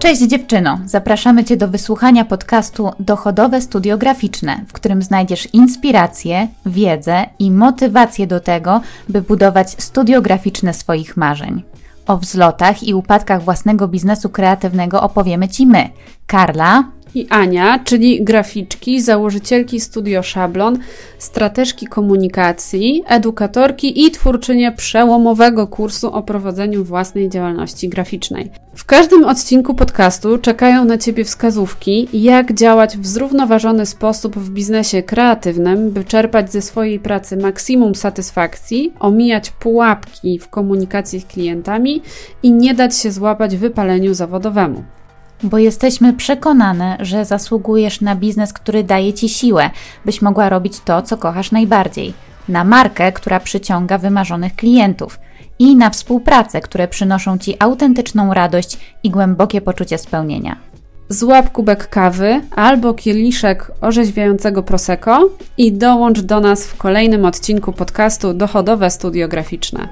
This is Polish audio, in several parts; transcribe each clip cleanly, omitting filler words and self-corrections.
Cześć dziewczyno, zapraszamy Cię do wysłuchania podcastu Dochodowe Studio Graficzne, w którym znajdziesz inspirację, wiedzę i motywację do tego, by budować studio graficzne swoich marzeń. O wzlotach i upadkach własnego biznesu kreatywnego opowiemy Ci my, Karla i Ania, czyli graficzki, założycielki Studio Szablon, strateżki komunikacji, edukatorki i twórczynie przełomowego kursu o prowadzeniu własnej działalności graficznej. W każdym odcinku podcastu czekają na Ciebie wskazówki, jak działać w zrównoważony sposób w biznesie kreatywnym, by czerpać ze swojej pracy maksimum satysfakcji, omijać pułapki w komunikacji z klientami i nie dać się złapać wypaleniu zawodowemu. Bo jesteśmy przekonane, że zasługujesz na biznes, który daje Ci siłę, byś mogła robić to, co kochasz najbardziej. Na markę, która przyciąga wymarzonych klientów. I na współpracę, które przynoszą Ci autentyczną radość i głębokie poczucie spełnienia. Złap kubek kawy albo kieliszek orzeźwiającego prosecco i dołącz do nas w kolejnym odcinku podcastu Dochodowe Studio Graficzne.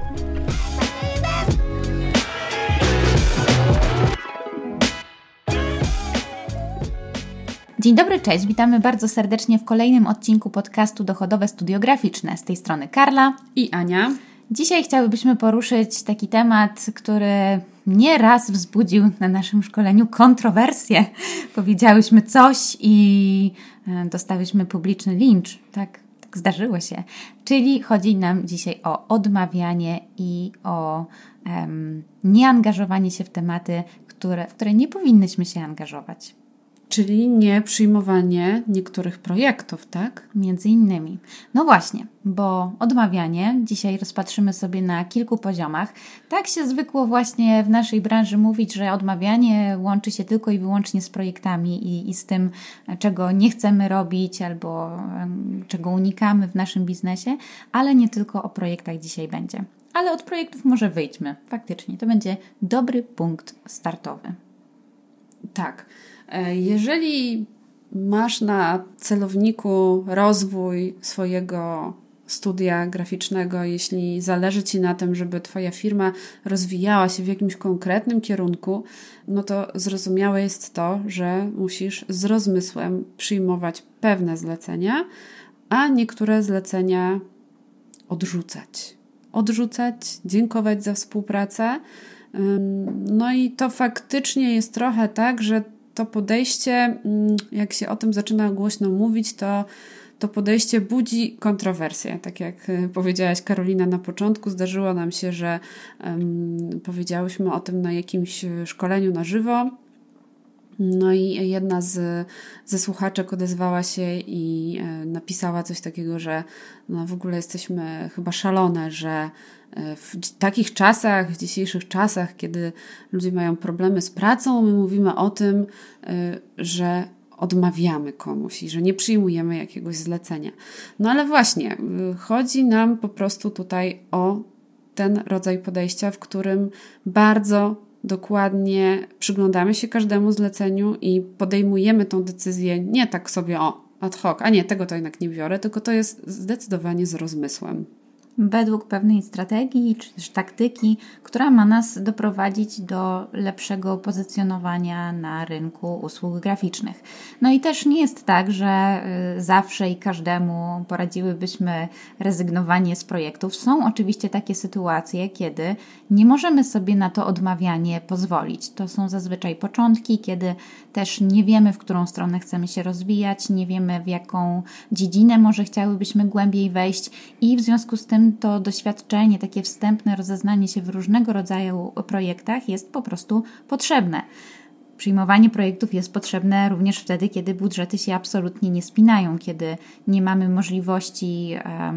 Dzień dobry, cześć. Witamy bardzo serdecznie w kolejnym odcinku podcastu Dochodowe Studio Graficzne. Z tej strony Karla i Ania. Dzisiaj chciałybyśmy poruszyć taki temat, który nieraz wzbudził na naszym szkoleniu kontrowersje. Powiedziałyśmy coś i dostałyśmy publiczny lincz. Tak zdarzyło się. Czyli chodzi nam dzisiaj o odmawianie i o nieangażowanie się w tematy, w które nie powinnyśmy się angażować. Czyli nie przyjmowanie niektórych projektów, tak? Między innymi. No właśnie, bo odmawianie dzisiaj rozpatrzymy sobie na kilku poziomach. Tak się zwykło właśnie w naszej branży mówić, że odmawianie łączy się tylko i wyłącznie z projektami i z tym, czego nie chcemy robić albo czego unikamy w naszym biznesie, ale nie tylko o projektach dzisiaj będzie. Ale od projektów może wyjdźmy. Faktycznie, to będzie dobry punkt startowy. Tak. Jeżeli masz na celowniku rozwój swojego studia graficznego, jeśli zależy Ci na tym, żeby Twoja firma rozwijała się w jakimś konkretnym kierunku, no to zrozumiałe jest to, że musisz z rozmysłem przyjmować pewne zlecenia, a niektóre zlecenia odrzucać, dziękować za współpracę. No i to faktycznie jest trochę tak, że to podejście, jak się o tym zaczyna głośno mówić, to podejście budzi kontrowersje. Tak jak powiedziałaś, Karolina, na początku zdarzyło nam się, że powiedziałyśmy o tym na jakimś szkoleniu na żywo. No i jedna ze słuchaczek odezwała się i napisała coś takiego, że no w ogóle jesteśmy chyba szalone, że w takich czasach, w dzisiejszych czasach, kiedy ludzie mają problemy z pracą, my mówimy o tym, że odmawiamy komuś i że nie przyjmujemy jakiegoś zlecenia. No ale właśnie, chodzi nam po prostu tutaj o ten rodzaj podejścia, w którym bardzo dokładnie przyglądamy się każdemu zleceniu i podejmujemy tą decyzję nie tak sobie ad hoc, a nie, tego to jednak nie biorę, tylko to jest zdecydowanie z rozmysłem. Według pewnej strategii czy też taktyki, która ma nas doprowadzić do lepszego pozycjonowania na rynku usług graficznych. No i też nie jest tak, że zawsze i każdemu poradziłybyśmy rezygnowanie z projektów. Są oczywiście takie sytuacje, kiedy nie możemy sobie na to odmawianie pozwolić. To są zazwyczaj początki, kiedy też nie wiemy, w którą stronę chcemy się rozwijać, nie wiemy, w jaką dziedzinę może chciałybyśmy głębiej wejść i w związku z tym to doświadczenie, takie wstępne rozeznanie się w różnego rodzaju projektach jest po prostu potrzebne. Przyjmowanie projektów jest potrzebne również wtedy, kiedy budżety się absolutnie nie spinają, kiedy nie mamy możliwości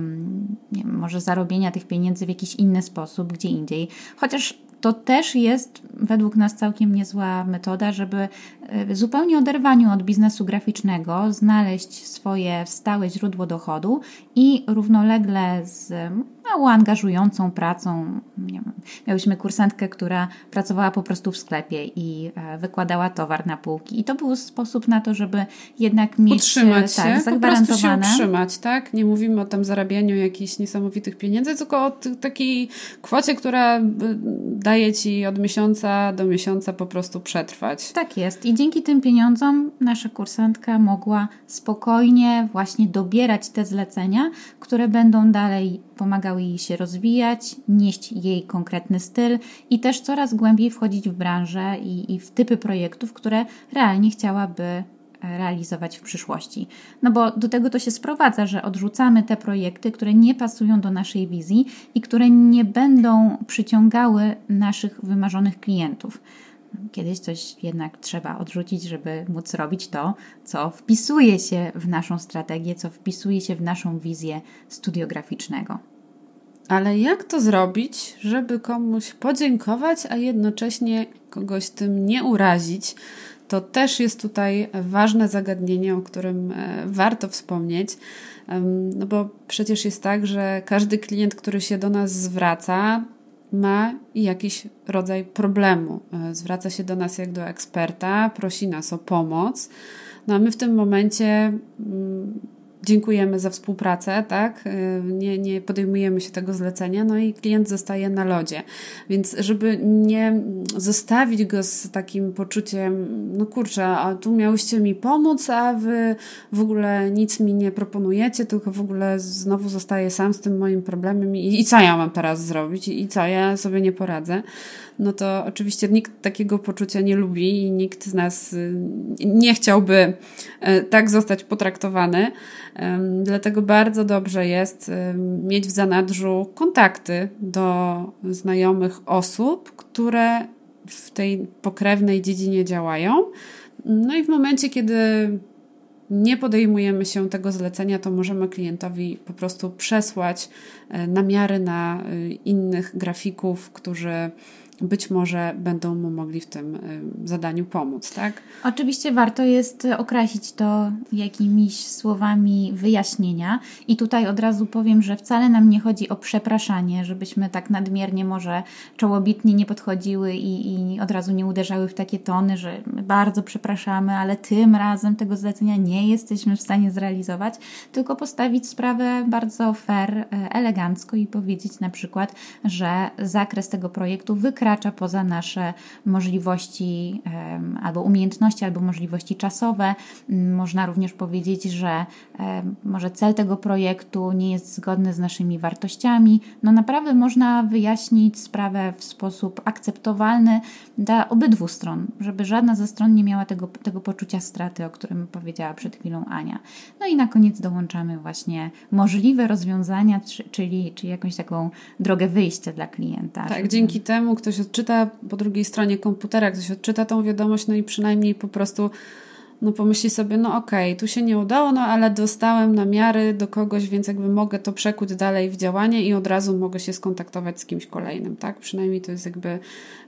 może zarobienia tych pieniędzy w jakiś inny sposób, gdzie indziej. Chociaż to też jest według nas całkiem niezła metoda, żeby w zupełnie oderwaniu od biznesu graficznego znaleźć swoje stałe źródło dochodu i równolegle z mało angażującą pracą. Nie wiem, miałyśmy kursantkę, która pracowała po prostu w sklepie i wykładała towar na półki. I to był sposób na to, żeby jednak mieć utrzymać się, zagwarantowane. po prostu się utrzymać, tak? Nie mówimy o tam zarabianiu jakichś niesamowitych pieniędzy, tylko o takiej kwocie, która daje ci od miesiąca do miesiąca po prostu przetrwać. Tak jest. I dzięki tym pieniądzom nasza kursantka mogła spokojnie właśnie dobierać te zlecenia, które będą dalej pomagały jej się rozwijać, nieść jej konkretny styl i też coraz głębiej wchodzić w branżę i w typy projektów, które realnie chciałaby realizować w przyszłości. No bo do tego to się sprowadza, że odrzucamy te projekty, które nie pasują do naszej wizji i które nie będą przyciągały naszych wymarzonych klientów. Kiedyś coś jednak trzeba odrzucić, żeby móc robić to, co wpisuje się w naszą strategię, co wpisuje się w naszą wizję studiograficznego. Ale jak to zrobić, żeby komuś podziękować, a jednocześnie kogoś tym nie urazić? To też jest tutaj ważne zagadnienie, o którym warto wspomnieć, no bo przecież jest tak, że każdy klient, który się do nas zwraca, ma jakiś rodzaj problemu. Zwraca się do nas jak do eksperta, prosi nas o pomoc. No a my w tym momencie dziękujemy za współpracę, tak? Nie podejmujemy się tego zlecenia, no i klient zostaje na lodzie. Więc żeby nie zostawić go z takim poczuciem, no kurczę, a tu miałyście mi pomóc, a wy w ogóle nic mi nie proponujecie, tylko w ogóle znowu zostaję sam z tym moim problemem i co ja mam teraz zrobić? I co, ja sobie nie poradzę? No to oczywiście nikt takiego poczucia nie lubi i nikt z nas nie chciałby tak zostać potraktowany. Dlatego bardzo dobrze jest mieć w zanadrzu kontakty do znajomych osób, które w tej pokrewnej dziedzinie działają. No i w momencie, kiedy nie podejmujemy się tego zlecenia, to możemy klientowi po prostu przesłać namiary na innych grafików, którzy być może będą mu mogli w tym zadaniu pomóc, tak? Oczywiście warto jest określić to jakimiś słowami wyjaśnienia i tutaj od razu powiem, że wcale nam nie chodzi o przepraszanie, żebyśmy tak nadmiernie może czołobitnie nie podchodziły i od razu nie uderzały w takie tony, że my bardzo przepraszamy, ale tym razem tego zlecenia nie jesteśmy w stanie zrealizować, tylko postawić sprawę bardzo fair, elegancko i powiedzieć na przykład, że zakres tego projektu wykracza poza nasze możliwości albo umiejętności, albo możliwości czasowe. Można również powiedzieć, że może cel tego projektu nie jest zgodny z naszymi wartościami. No naprawdę można wyjaśnić sprawę w sposób akceptowalny dla obydwu stron, żeby żadna ze stron nie miała tego poczucia straty, o którym powiedziała przed chwilą Ania. No i na koniec dołączamy właśnie możliwe rozwiązania, czyli jakąś taką drogę wyjścia dla klienta. Tak, dzięki temu ktoś odczyta po drugiej stronie komputera, ktoś odczyta tą wiadomość, no i przynajmniej po prostu pomyśli sobie, no okej, tu się nie udało, no ale dostałem namiary do kogoś, więc jakby mogę to przekuć dalej w działanie i od razu mogę się skontaktować z kimś kolejnym, tak? Przynajmniej to jest jakby,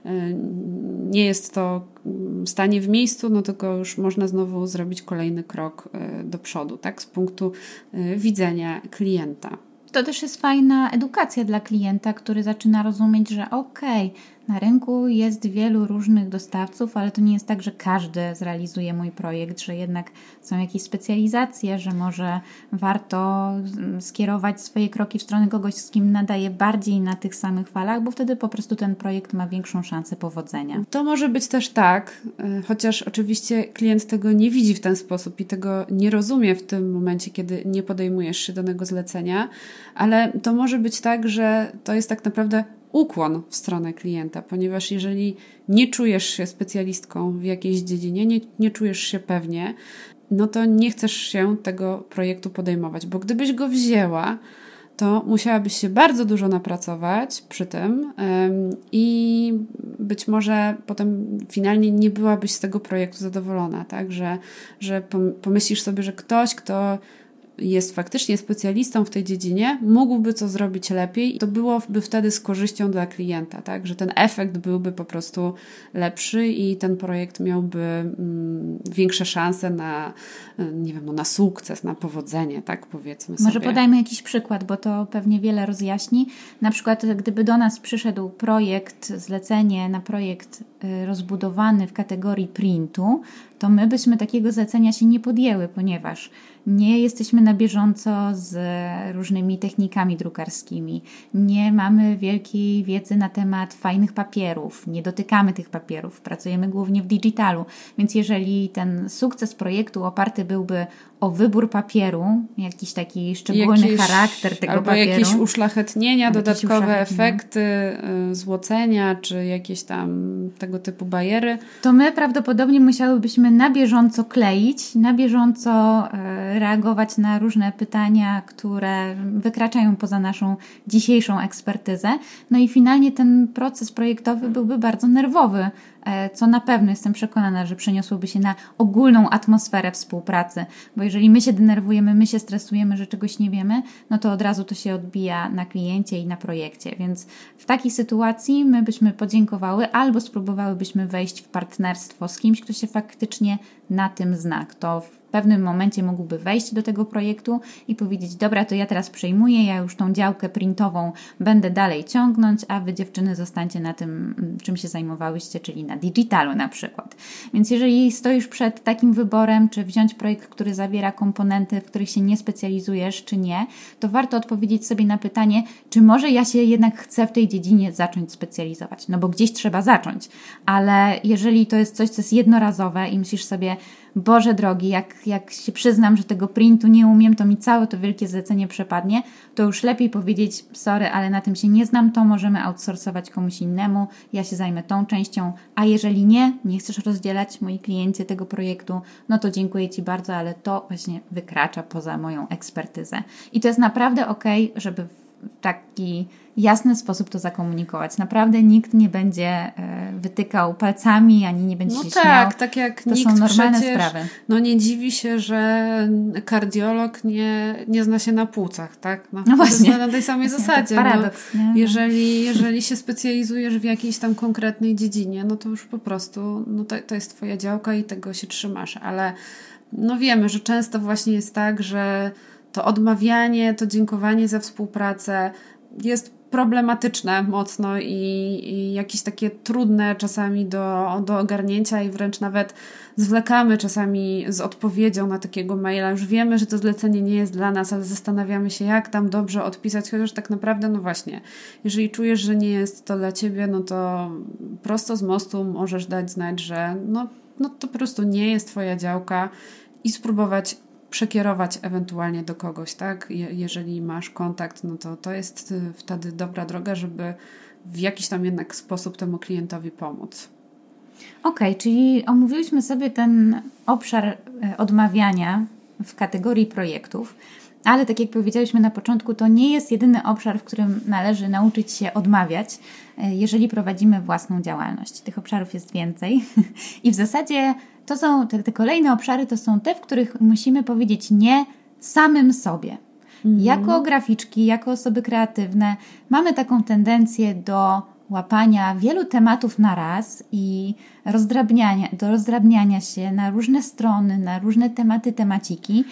nie jest to stanie w miejscu, no tylko już można znowu zrobić kolejny krok do przodu, tak? Z punktu widzenia klienta. To też jest fajna edukacja dla klienta, który zaczyna rozumieć, że na rynku jest wielu różnych dostawców, ale to nie jest tak, że każdy zrealizuje mój projekt, że jednak są jakieś specjalizacje, że może warto skierować swoje kroki w stronę kogoś, z kim nadaje bardziej na tych samych falach, bo wtedy po prostu ten projekt ma większą szansę powodzenia. To może być też tak, chociaż oczywiście klient tego nie widzi w ten sposób i tego nie rozumie w tym momencie, kiedy nie podejmujesz się danego zlecenia, ale to może być tak, że to jest tak naprawdę ukłon w stronę klienta, ponieważ jeżeli nie czujesz się specjalistką w jakiejś dziedzinie, nie czujesz się pewnie, no to nie chcesz się tego projektu podejmować, bo gdybyś go wzięła, to musiałabyś się bardzo dużo napracować przy tym i być może potem finalnie nie byłabyś z tego projektu zadowolona, tak? Że pomyślisz sobie, że ktoś, kto jest faktycznie specjalistą w tej dziedzinie, mógłby co zrobić lepiej i to byłoby wtedy z korzyścią dla klienta, tak? Że ten efekt byłby po prostu lepszy i ten projekt miałby większe szanse na, nie wiem, na sukces, na powodzenie, tak powiedzmy sobie. Może podajmy jakiś przykład, bo to pewnie wiele rozjaśni. Na przykład gdyby do nas przyszedł projekt, zlecenie na projekt rozbudowany w kategorii printu, to my byśmy takiego zlecenia się nie podjęły, ponieważ nie jesteśmy na bieżąco z różnymi technikami drukarskimi, nie mamy wielkiej wiedzy na temat fajnych papierów, nie dotykamy tych papierów, pracujemy głównie w digitalu, więc jeżeli ten sukces projektu oparty byłby o wybór papieru, jakiś taki szczególny charakter tego albo papieru. Jakieś uszlachetnienia, dodatkowe efekty, złocenia, czy jakieś tam tego typu bariery. To my prawdopodobnie musiałybyśmy na bieżąco kleić, na bieżąco reagować na różne pytania, które wykraczają poza naszą dzisiejszą ekspertyzę. No i finalnie ten proces projektowy byłby bardzo nerwowy, co na pewno jestem przekonana, że przeniosłoby się na ogólną atmosferę współpracy, bo jeżeli my się denerwujemy, my się stresujemy, że czegoś nie wiemy, no to od razu to się odbija na kliencie i na projekcie, więc w takiej sytuacji my byśmy podziękowały albo spróbowałybyśmy wejść w partnerstwo z kimś, kto się faktycznie na tym zna, kto w pewnym momencie mógłby wejść do tego projektu i powiedzieć, dobra, to ja teraz przejmuję, ja już tą działkę printową będę dalej ciągnąć, a wy dziewczyny zostańcie na tym, czym się zajmowałyście, czyli na digitalu na przykład. Więc jeżeli stoisz przed takim wyborem, czy wziąć projekt, który zawiera komponenty, w których się nie specjalizujesz, czy nie, to warto odpowiedzieć sobie na pytanie, czy może ja się jednak chcę w tej dziedzinie zacząć specjalizować, no bo gdzieś trzeba zacząć, ale jeżeli to jest coś, co jest jednorazowe i myślisz sobie, Boże drogi, jak się przyznam, że tego printu nie umiem, to mi całe to wielkie zlecenie przepadnie, to już lepiej powiedzieć, sorry, ale na tym się nie znam, to możemy outsourcować komuś innemu, ja się zajmę tą częścią, a jeżeli nie chcesz rozdzielać, moi kliencie, tego projektu, no to dziękuję Ci bardzo, ale to właśnie wykracza poza moją ekspertyzę. I to jest naprawdę okej, żeby w taki jasny sposób to zakomunikować. Naprawdę nikt nie będzie wytykał palcami, ani nie będzie się śmiał. Tak jak to nikt są normalne przecież, sprawy. nie dziwi się, że kardiolog nie zna się na płucach, tak? No właśnie. Na tej samej zasadzie. Paradoks, nie? Jeżeli się specjalizujesz w jakiejś tam konkretnej dziedzinie, no to już po prostu to jest twoja działka i tego się trzymasz. Ale wiemy, że często właśnie jest tak, że to odmawianie, to dziękowanie za współpracę jest problematyczne mocno i jakieś takie trudne czasami do ogarnięcia i wręcz nawet zwlekamy czasami z odpowiedzią na takiego maila. Już wiemy, że to zlecenie nie jest dla nas, ale zastanawiamy się, jak tam dobrze odpisać, chociaż tak naprawdę, właśnie, jeżeli czujesz, że nie jest to dla Ciebie, no to prosto z mostu możesz dać znać, że to po prostu nie jest Twoja działka i spróbować przekierować ewentualnie do kogoś, tak? Jeżeli masz kontakt, no to jest wtedy dobra droga, żeby w jakiś tam jednak sposób temu klientowi pomóc. Okej, czyli omówiliśmy sobie ten obszar odmawiania w kategorii projektów, ale tak jak powiedzieliśmy na początku, to nie jest jedyny obszar, w którym należy nauczyć się odmawiać, jeżeli prowadzimy własną działalność. Tych obszarów jest więcej i w zasadzie to są te kolejne obszary, to są te, w których musimy powiedzieć nie samym sobie. Jako graficzki, jako osoby kreatywne mamy taką tendencję do łapania wielu tematów na raz i rozdrabniania się na różne strony, na różne temaciki.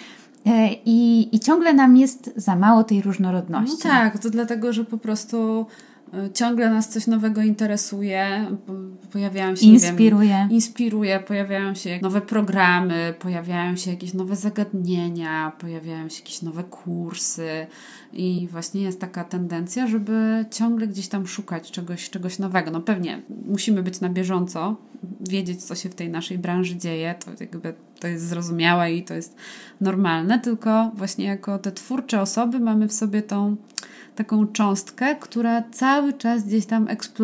I ciągle nam jest za mało tej różnorodności. No tak, to dlatego, że po prostu ciągle nas coś nowego interesuje, pojawiają się, inspiruje, pojawiają się nowe programy, pojawiają się jakieś nowe zagadnienia, pojawiają się jakieś nowe kursy i właśnie jest taka tendencja, żeby ciągle gdzieś tam szukać czegoś nowego. No pewnie musimy być na bieżąco, wiedzieć, co się w tej naszej branży dzieje, to jest zrozumiałe i to jest normalne, tylko właśnie jako te twórcze osoby mamy w sobie tą taką cząstkę, która cały czas gdzieś tam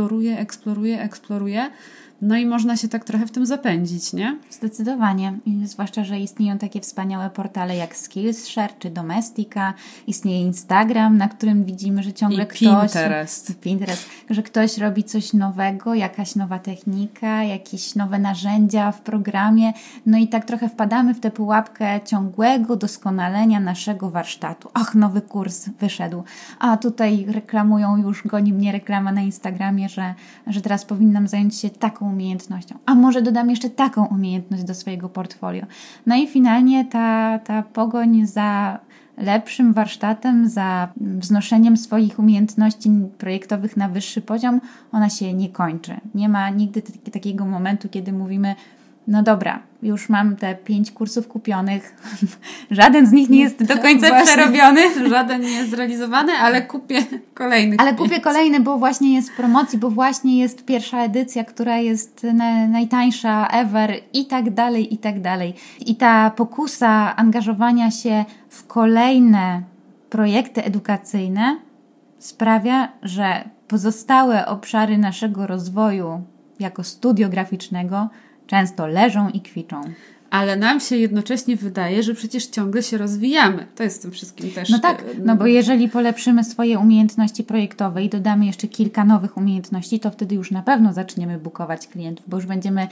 eksploruje, no i można się tak trochę w tym zapędzić, nie? Zdecydowanie. I zwłaszcza, że istnieją takie wspaniałe portale jak Skillshare czy Domestika, istnieje Instagram, na którym widzimy, że ciągle Pinterest, że ktoś robi coś nowego, jakaś nowa technika, jakieś nowe narzędzia w programie, no i tak trochę trochę wpadamy w tę pułapkę ciągłego doskonalenia naszego warsztatu. Ach, nowy kurs wyszedł. A tutaj reklamują, już goni mnie reklama na Instagramie, że teraz powinnam zająć się taką umiejętnością. A może dodam jeszcze taką umiejętność do swojego portfolio. No i finalnie ta pogoń za lepszym warsztatem, za wznoszeniem swoich umiejętności projektowych na wyższy poziom, ona się nie kończy. Nie ma nigdy takiego momentu, kiedy mówimy, no dobra, już mam te 5 kursów kupionych, żaden z nich nie jest do końca przerobiony. Żaden nie jest zrealizowany, ale kupię kolejny. Ale kupię kolejny, bo właśnie jest w promocji, bo właśnie jest pierwsza edycja, która jest najtańsza ever i tak dalej, i tak dalej. I ta pokusa angażowania się w kolejne projekty edukacyjne sprawia, że pozostałe obszary naszego rozwoju jako studio graficznego często leżą i kwiczą. Ale nam się jednocześnie wydaje, że przecież ciągle się rozwijamy. To jest w tym wszystkim też... No tak, no bo jeżeli polepszymy swoje umiejętności projektowe i dodamy jeszcze kilka nowych umiejętności, to wtedy już na pewno zaczniemy bukować klientów, bo już będziemy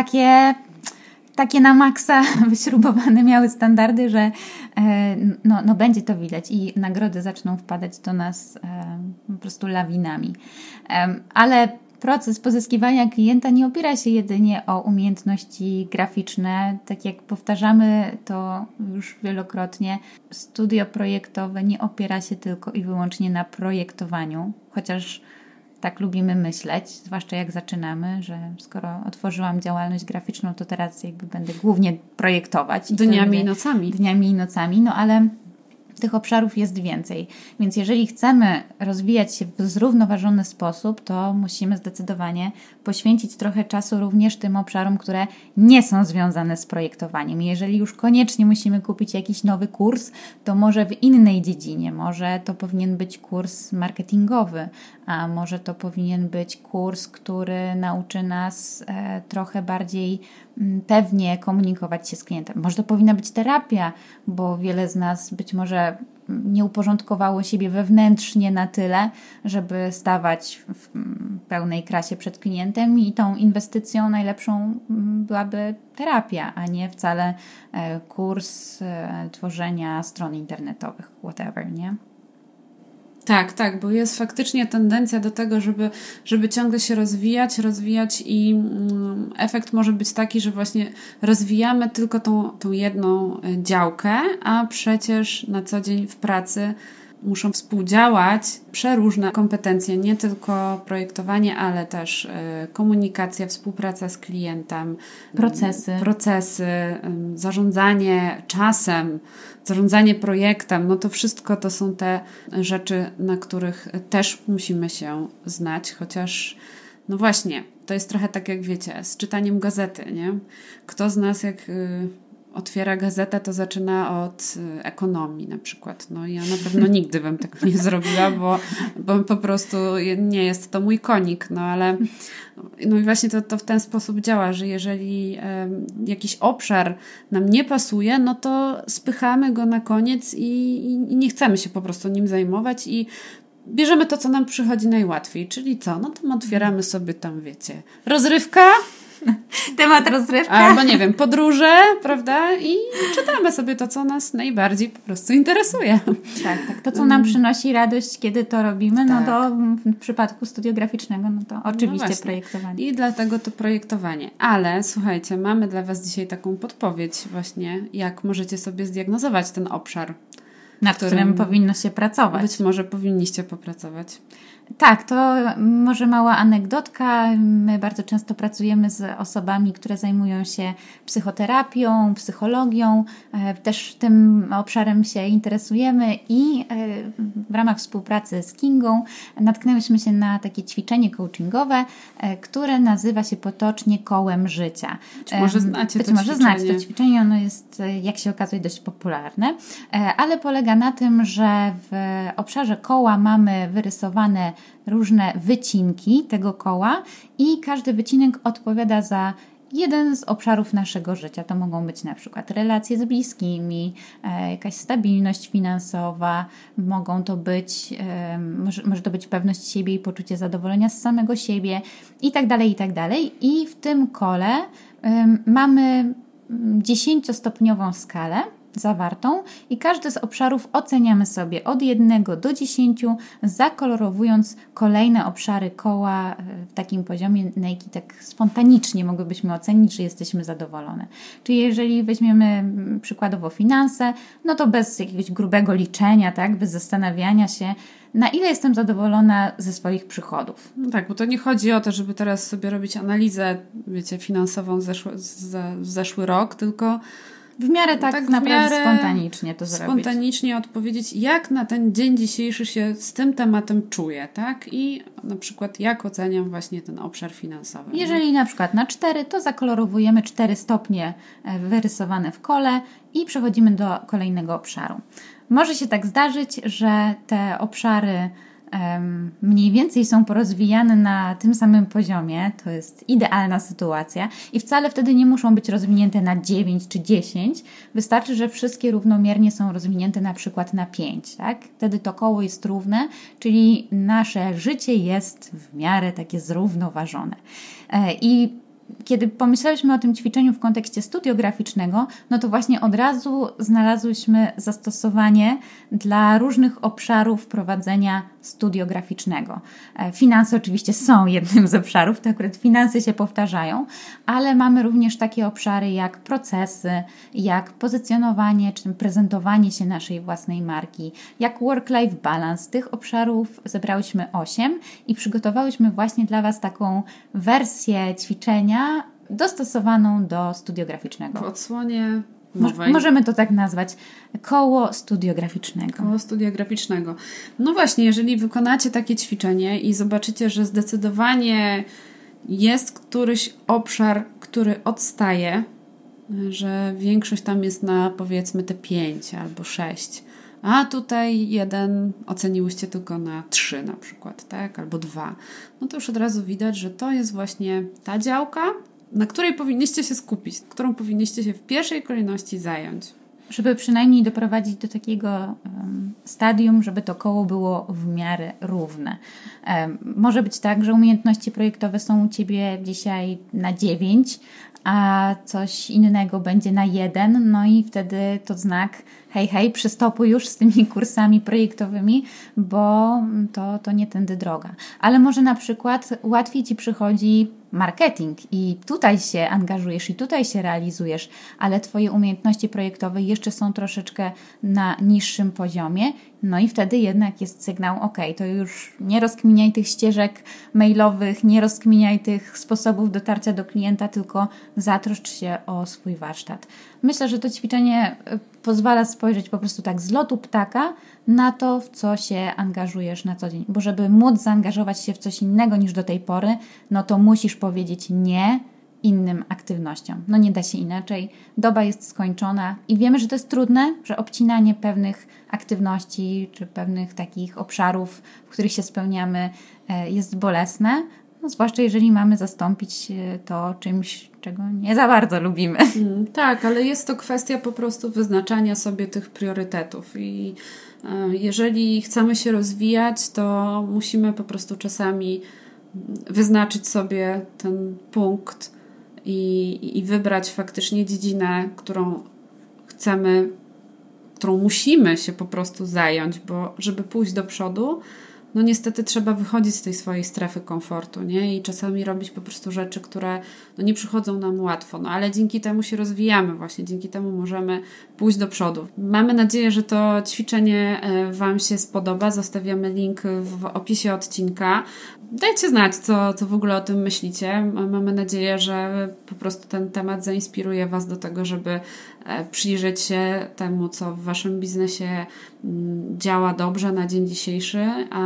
takie na maksa wyśrubowane miały standardy, że no będzie to widać i nagrody zaczną wpadać do nas po prostu lawinami. Ale proces pozyskiwania klienta nie opiera się jedynie o umiejętności graficzne. Tak jak powtarzamy to już wielokrotnie, studio projektowe nie opiera się tylko i wyłącznie na projektowaniu, chociaż tak lubimy myśleć, zwłaszcza jak zaczynamy, że skoro otworzyłam działalność graficzną, to teraz jakby będę głównie projektować. Dniami i nocami. Dniami i nocami, no ale tych obszarów jest więcej. Więc jeżeli chcemy rozwijać się w zrównoważony sposób, to musimy zdecydowanie poświęcić trochę czasu również tym obszarom, które nie są związane z projektowaniem. Jeżeli już koniecznie musimy kupić jakiś nowy kurs, to może w innej dziedzinie. Może to powinien być kurs marketingowy, a może to powinien być kurs, który nauczy nas trochę bardziej pewnie komunikować się z klientem. Może to powinna być terapia, bo wiele z nas być może nie uporządkowało siebie wewnętrznie na tyle, żeby stawać w pełnej krasie przed klientem i tą inwestycją najlepszą byłaby terapia, a nie wcale kurs tworzenia stron internetowych, whatever, nie? Tak, bo jest faktycznie tendencja do tego, żeby ciągle się rozwijać i efekt może być taki, że właśnie rozwijamy tylko tą jedną działkę, a przecież na co dzień w pracy muszą współdziałać przeróżne kompetencje, nie tylko projektowanie, ale też komunikacja, współpraca z klientem, procesy, zarządzanie czasem, zarządzanie projektem, no to wszystko to są te rzeczy, na których też musimy się znać, chociaż no właśnie, to jest trochę tak jak wiecie, z czytaniem gazety, nie? Kto z nas jak otwiera gazetę, to zaczyna od ekonomii na przykład. No ja na pewno nigdy bym tego nie zrobiła, bo po prostu nie jest to mój konik, no ale no i właśnie to w ten sposób działa, że jeżeli jakiś obszar nam nie pasuje, no to spychamy go na koniec i nie chcemy się po prostu nim zajmować i bierzemy to, co nam przychodzi najłatwiej, czyli co? No to otwieramy sobie tam, wiecie, rozrywka, temat rozrywka. Albo nie wiem, podróże, prawda? I czytamy sobie to, co nas najbardziej po prostu interesuje. Tak. To, co nam przynosi radość, kiedy to robimy, no to w przypadku studio graficznego, no to oczywiście projektowanie. I dlatego to projektowanie. Ale słuchajcie, mamy dla Was dzisiaj taką podpowiedź właśnie, jak możecie sobie zdiagnozować ten obszar, nad którym powinno się pracować. Być może powinniście popracować. Tak, to może mała anegdotka. My bardzo często pracujemy z osobami, które zajmują się psychoterapią, psychologią. Też tym obszarem się interesujemy i w ramach współpracy z Kingą natknęłyśmy się na takie ćwiczenie coachingowe, które nazywa się potocznie kołem życia. Być może znacie to ćwiczenie. Ono jest, jak się okazuje, dość popularne, ale polega na tym, że w obszarze koła mamy wyrysowane różne wycinki tego koła i każdy wycinek odpowiada za jeden z obszarów naszego życia. To mogą być na przykład relacje z bliskimi, jakaś stabilność finansowa, może to być pewność siebie i poczucie zadowolenia z samego siebie i tak dalej, i tak dalej. I w tym kole mamy 10-stopniową skalę zawartą i każdy z obszarów oceniamy sobie od 1 do 10, zakolorowując kolejne obszary koła w takim poziomie, na jaki tak spontanicznie mogłybyśmy ocenić, że jesteśmy zadowolone. Czyli jeżeli weźmiemy przykładowo finanse, no to bez jakiegoś grubego liczenia, tak, bez zastanawiania się, na ile jestem zadowolona ze swoich przychodów. No tak, bo to nie chodzi o to, żeby teraz sobie robić analizę, wiecie, finansową zeszły rok, tylko w miarę tak naprawdę spontanicznie to zrobić. Spontanicznie odpowiedzieć, jak na ten dzień dzisiejszy się z tym tematem czuję, tak? I na przykład jak oceniam właśnie ten obszar finansowy. Jeżeli na przykład na 4, to zakolorowujemy 4 stopnie wyrysowane w kole i przechodzimy do kolejnego obszaru. Może się tak zdarzyć, że te obszary mniej więcej są porozwijane na tym samym poziomie, to jest idealna sytuacja i wcale wtedy nie muszą być rozwinięte na 9 czy 10, wystarczy, że wszystkie równomiernie są rozwinięte na przykład na 5, tak? Wtedy to koło jest równe, czyli nasze życie jest w miarę takie zrównoważone. I kiedy pomyślałyśmy o tym ćwiczeniu w kontekście studiograficznego, no to właśnie od razu znalazłyśmy zastosowanie dla różnych obszarów prowadzenia studiograficznego. Finanse oczywiście są jednym z obszarów, to akurat finanse się powtarzają, ale mamy również takie obszary jak procesy, jak pozycjonowanie, czy prezentowanie się naszej własnej marki, jak work-life balance. Tych obszarów zebrałyśmy 8 i przygotowałyśmy właśnie dla Was taką wersję ćwiczenia dostosowaną do studiograficznego. W odsłonie nowej. Możemy to tak nazwać. Koło studiograficznego. Koło studiograficznego. No właśnie, jeżeli wykonacie takie ćwiczenie i zobaczycie, że zdecydowanie jest któryś obszar, który odstaje, że większość tam jest na powiedzmy te 5 albo 6, a tutaj jeden oceniłyście tylko na 3 na przykład, tak? Albo 2. No to już od razu widać, że to jest właśnie ta działka, na której powinniście się skupić, którą powinniście się w pierwszej kolejności zająć. Żeby przynajmniej doprowadzić do takiego stadium, żeby to koło było w miarę równe. Może być tak, że umiejętności projektowe są u Ciebie dzisiaj na 9, a coś innego będzie na 1, no i wtedy to znak hej, przystopuj już z tymi kursami projektowymi, bo to nie tędy droga. Ale może na przykład łatwiej Ci przychodzi marketing i tutaj się angażujesz i tutaj się realizujesz, ale Twoje umiejętności projektowe jeszcze są troszeczkę na niższym poziomie, no i wtedy jednak jest sygnał, to już nie rozkminiaj tych ścieżek mailowych, nie rozkminiaj tych sposobów dotarcia do klienta, tylko zatroszcz się o swój warsztat. Myślę, że to ćwiczenie pozwala spojrzeć po prostu tak z lotu ptaka na to, w co się angażujesz na co dzień. Bo żeby móc zaangażować się w coś innego niż do tej pory, no to musisz powiedzieć nie innym aktywnościom. No nie da się inaczej. Doba jest skończona i wiemy, że to jest trudne, że obcinanie pewnych aktywności czy pewnych takich obszarów, w których się spełniamy, jest bolesne. No, zwłaszcza jeżeli mamy zastąpić to czymś, czego nie za bardzo lubimy. Tak, ale jest to kwestia po prostu wyznaczania sobie tych priorytetów i jeżeli chcemy się rozwijać, to musimy po prostu czasami wyznaczyć sobie ten punkt i wybrać faktycznie dziedzinę, którą chcemy, którą musimy się po prostu zająć, bo żeby pójść do przodu, no niestety trzeba wychodzić z tej swojej strefy komfortu, nie? I czasami robić po prostu rzeczy, które nie przychodzą nam łatwo, ale dzięki temu się rozwijamy właśnie, dzięki temu możemy pójść do przodu. Mamy nadzieję, że to ćwiczenie Wam się spodoba. Zostawiamy link w opisie odcinka. Dajcie znać, co w ogóle o tym myślicie. Mamy nadzieję, że po prostu ten temat zainspiruje Was do tego, żeby przyjrzeć się temu, co w Waszym biznesie działa dobrze na dzień dzisiejszy,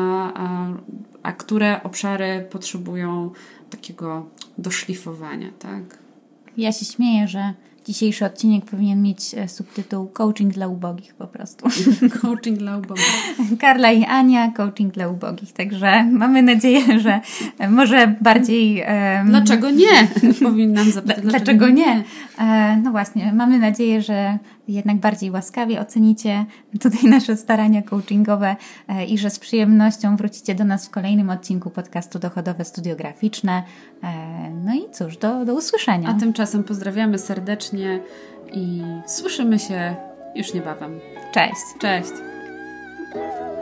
a które obszary potrzebują takiego doszlifowania, tak? Ja się śmieję, że dzisiejszy odcinek powinien mieć subtytuł Coaching dla ubogich po prostu. Coaching dla ubogich. Karla i Ania, coaching dla ubogich. Także mamy nadzieję, że może bardziej... Dlaczego nie? Powinnam zapytać. Dlaczego nie? No właśnie, mamy nadzieję, że jednak bardziej łaskawie ocenicie tutaj nasze starania coachingowe i że z przyjemnością wrócicie do nas w kolejnym odcinku podcastu Dochodowe Studio Graficzne. No i cóż, do usłyszenia. A tymczasem pozdrawiamy serdecznie i słyszymy się już niebawem. Cześć! Cześć!